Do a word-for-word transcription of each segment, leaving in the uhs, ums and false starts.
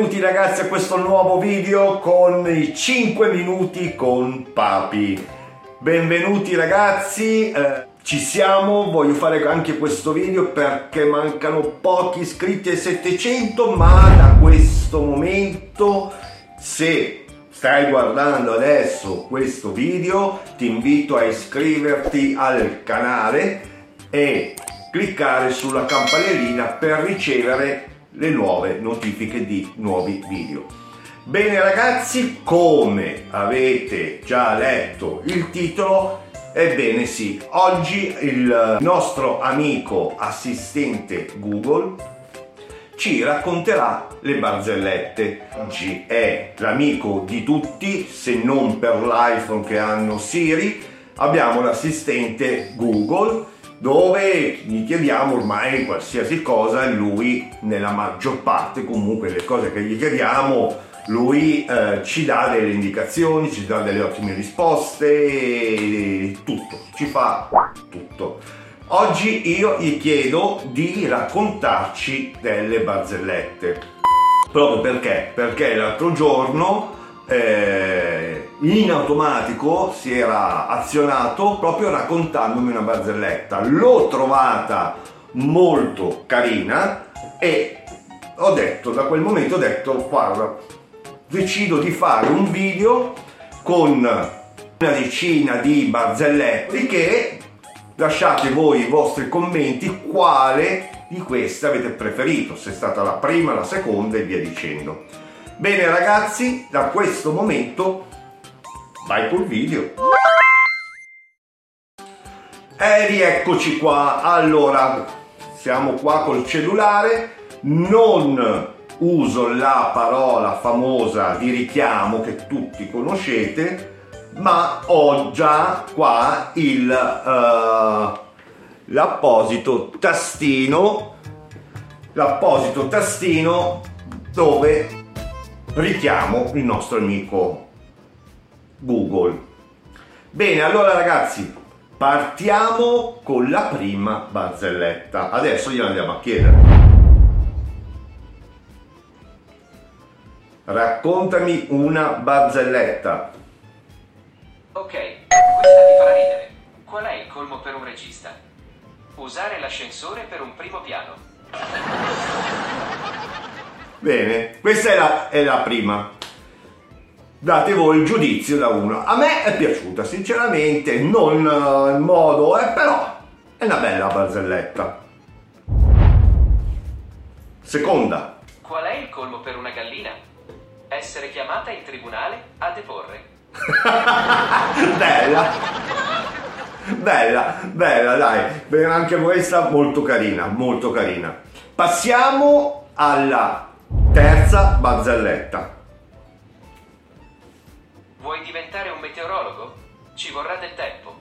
benvenuti ragazzi a questo nuovo video con i cinque minuti con Papi. Benvenuti ragazzi, eh, ci siamo, voglio fare anche questo video perché mancano pochi iscritti ai settecento, ma da questo momento, se stai guardando adesso questo video, ti invito a iscriverti al canale e cliccare sulla campanellina per ricevere le nuove notifiche di nuovi video. Bene ragazzi, come avete già letto il titolo, ebbene sì, oggi il nostro amico assistente Google ci racconterà le barzellette. Oggi è l'amico di tutti, se non per l'iPhone che hanno Siri, abbiamo l'assistente Google, dove gli chiediamo ormai qualsiasi cosa e lui, nella maggior parte comunque le cose che gli chiediamo, lui eh, ci dà delle indicazioni, ci dà delle ottime risposte, tutto, ci fa tutto. Oggi io gli chiedo di raccontarci delle barzellette. Proprio perché? Perché l'altro giorno eh, in automatico si era azionato proprio raccontandomi una barzelletta. L'ho trovata molto carina e ho detto, da quel momento ho detto, guarda, decido di fare un video con una decina di barzellette che lasciate voi i vostri commenti quale di queste avete preferito, se è stata la prima, la seconda e via dicendo. Bene ragazzi, da questo momento vai col video. E rieccoci qua. Allora, siamo qua col cellulare, non uso la parola famosa di richiamo che tutti conoscete, ma ho già qua il uh, l'apposito tastino l'apposito tastino dove richiamo il nostro amico Google. Bene, allora ragazzi, partiamo con la prima barzelletta. Adesso gliela andiamo a chiedere. Raccontami una barzelletta. Ok, questa ti farà ridere. Qual è il colmo per un regista? Usare l'ascensore per un primo piano. Bene, questa è la, è la prima. Date voi il giudizio da uno. A me è piaciuta, sinceramente, non uh, il modo, eh, però è una bella barzelletta. Seconda. Qual è il colmo per una gallina? Essere chiamata in tribunale a deporre. Bella, bella, bella, dai, beh, anche questa molto carina, molto carina. Passiamo alla terza barzelletta. Vuoi diventare un meteorologo? Ci vorrà del tempo.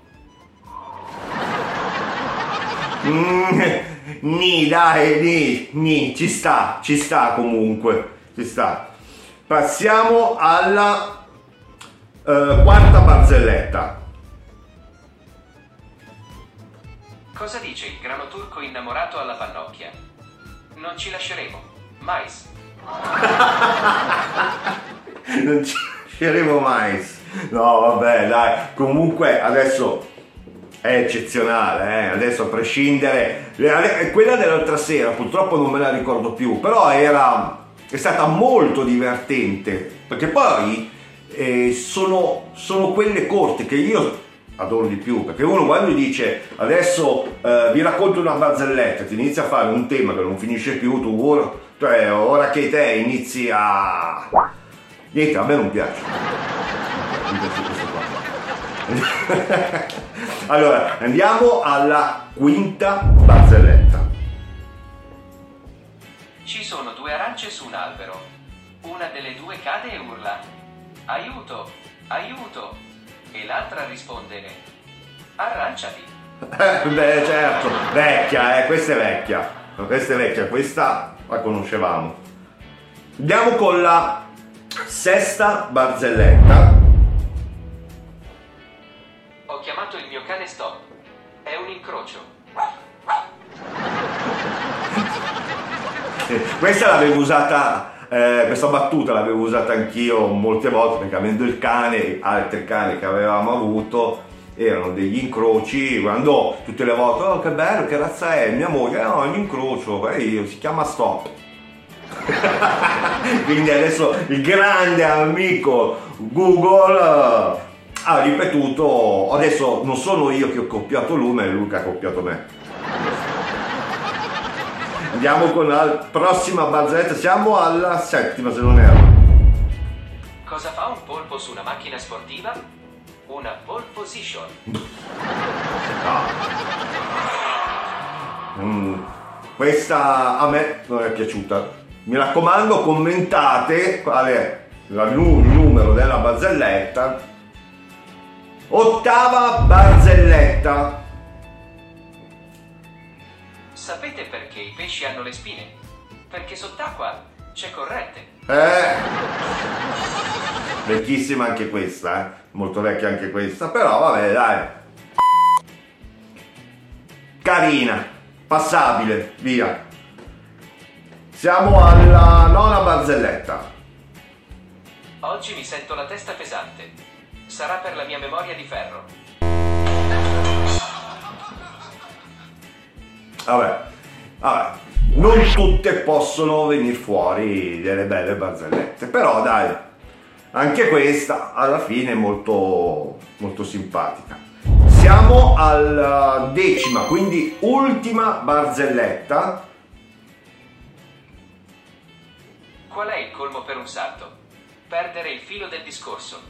Mm, ni, dai, ni, ni, ci sta, ci sta comunque, ci sta. Passiamo alla Uh, quarta barzelletta. Cosa dice il grano turco innamorato alla pannocchia? Non ci lasceremo, mais. Non ci lasceremo mais. No, vabbè, dai. Comunque adesso è eccezionale, eh? Adesso a prescindere, quella dell'altra sera purtroppo non me la ricordo più, però era è stata molto divertente, perché poi Eh, sono, sono quelle corte che io adoro di più, perché uno quando dice adesso eh, vi racconto una barzelletta, ti inizia a fare un tema che non finisce più, tu ora, cioè, ora che te inizi a... niente, a me non piace. Non piace questo qua. Allora, andiamo alla quinta barzelletta. Ci sono due arance su un albero. Una delle due cade e urla: aiuto, aiuto! E l'altra risponde: arranciati. Eh, beh, certo, vecchia, eh, questa è vecchia. Questa è vecchia, questa la conoscevamo. Andiamo con la sesta barzelletta. Ho chiamato il mio cane Stop. È un incrocio. Questa l'avevo usata eh, questa battuta l'avevo usata anch'io molte volte, perché avendo il cane, altri cani che avevamo avuto, erano degli incroci, quando tutte le volte, oh che bello, che razza è? Mia moglie, no, è un incrocio, e io, si chiama Stop. Quindi adesso il grande amico Google uh, ha ripetuto, adesso non sono io che ho copiato lui, ma è lui che ha copiato me. Andiamo con la prossima barzelletta, siamo alla settima se non erro. Cosa fa un polpo su una macchina sportiva? Una pole position. No. Mm, questa a me non è piaciuta. Mi raccomando, commentate qual è il numero della barzelletta. Ottava barzelletta. Sapete perché i pesci hanno le spine? Perché sott'acqua c'è corrente. Eh, vecchissima anche questa, eh? Molto vecchia anche questa, però vabbè, dai. Carina, passabile, via. Siamo alla nona barzelletta. Oggi mi sento la testa pesante. Sarà per la mia memoria di ferro. Vabbè, vabbè, non tutte possono venire fuori delle belle barzellette, però dai, anche questa alla fine è molto, molto simpatica. Siamo alla decima, quindi ultima barzelletta. Qual è il colmo per un sarto? Perdere il filo del discorso.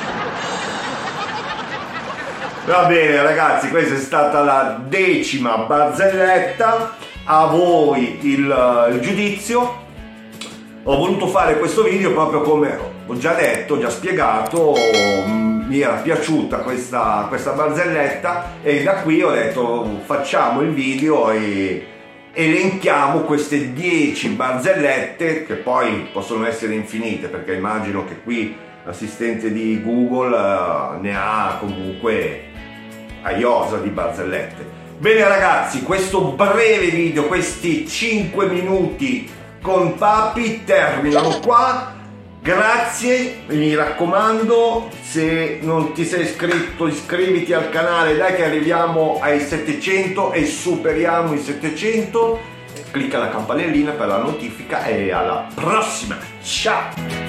Va bene ragazzi, questa è stata la decima barzelletta, a voi il, il giudizio. Ho voluto fare questo video proprio come ho già detto, ho già spiegato, mi era piaciuta questa, questa barzelletta e da qui ho detto facciamo il video e elenchiamo queste dieci barzellette, che poi possono essere infinite perché immagino che qui l'assistente di Google uh, ne ha comunque a iosa di barzellette. Bene ragazzi, questo breve video, questi cinque minuti con Papi terminano qua. Grazie, mi raccomando, se non ti sei iscritto iscriviti al canale, dai che arriviamo ai settecento e superiamo i settecento. Clicca la campanellina per la notifica e alla prossima, ciao!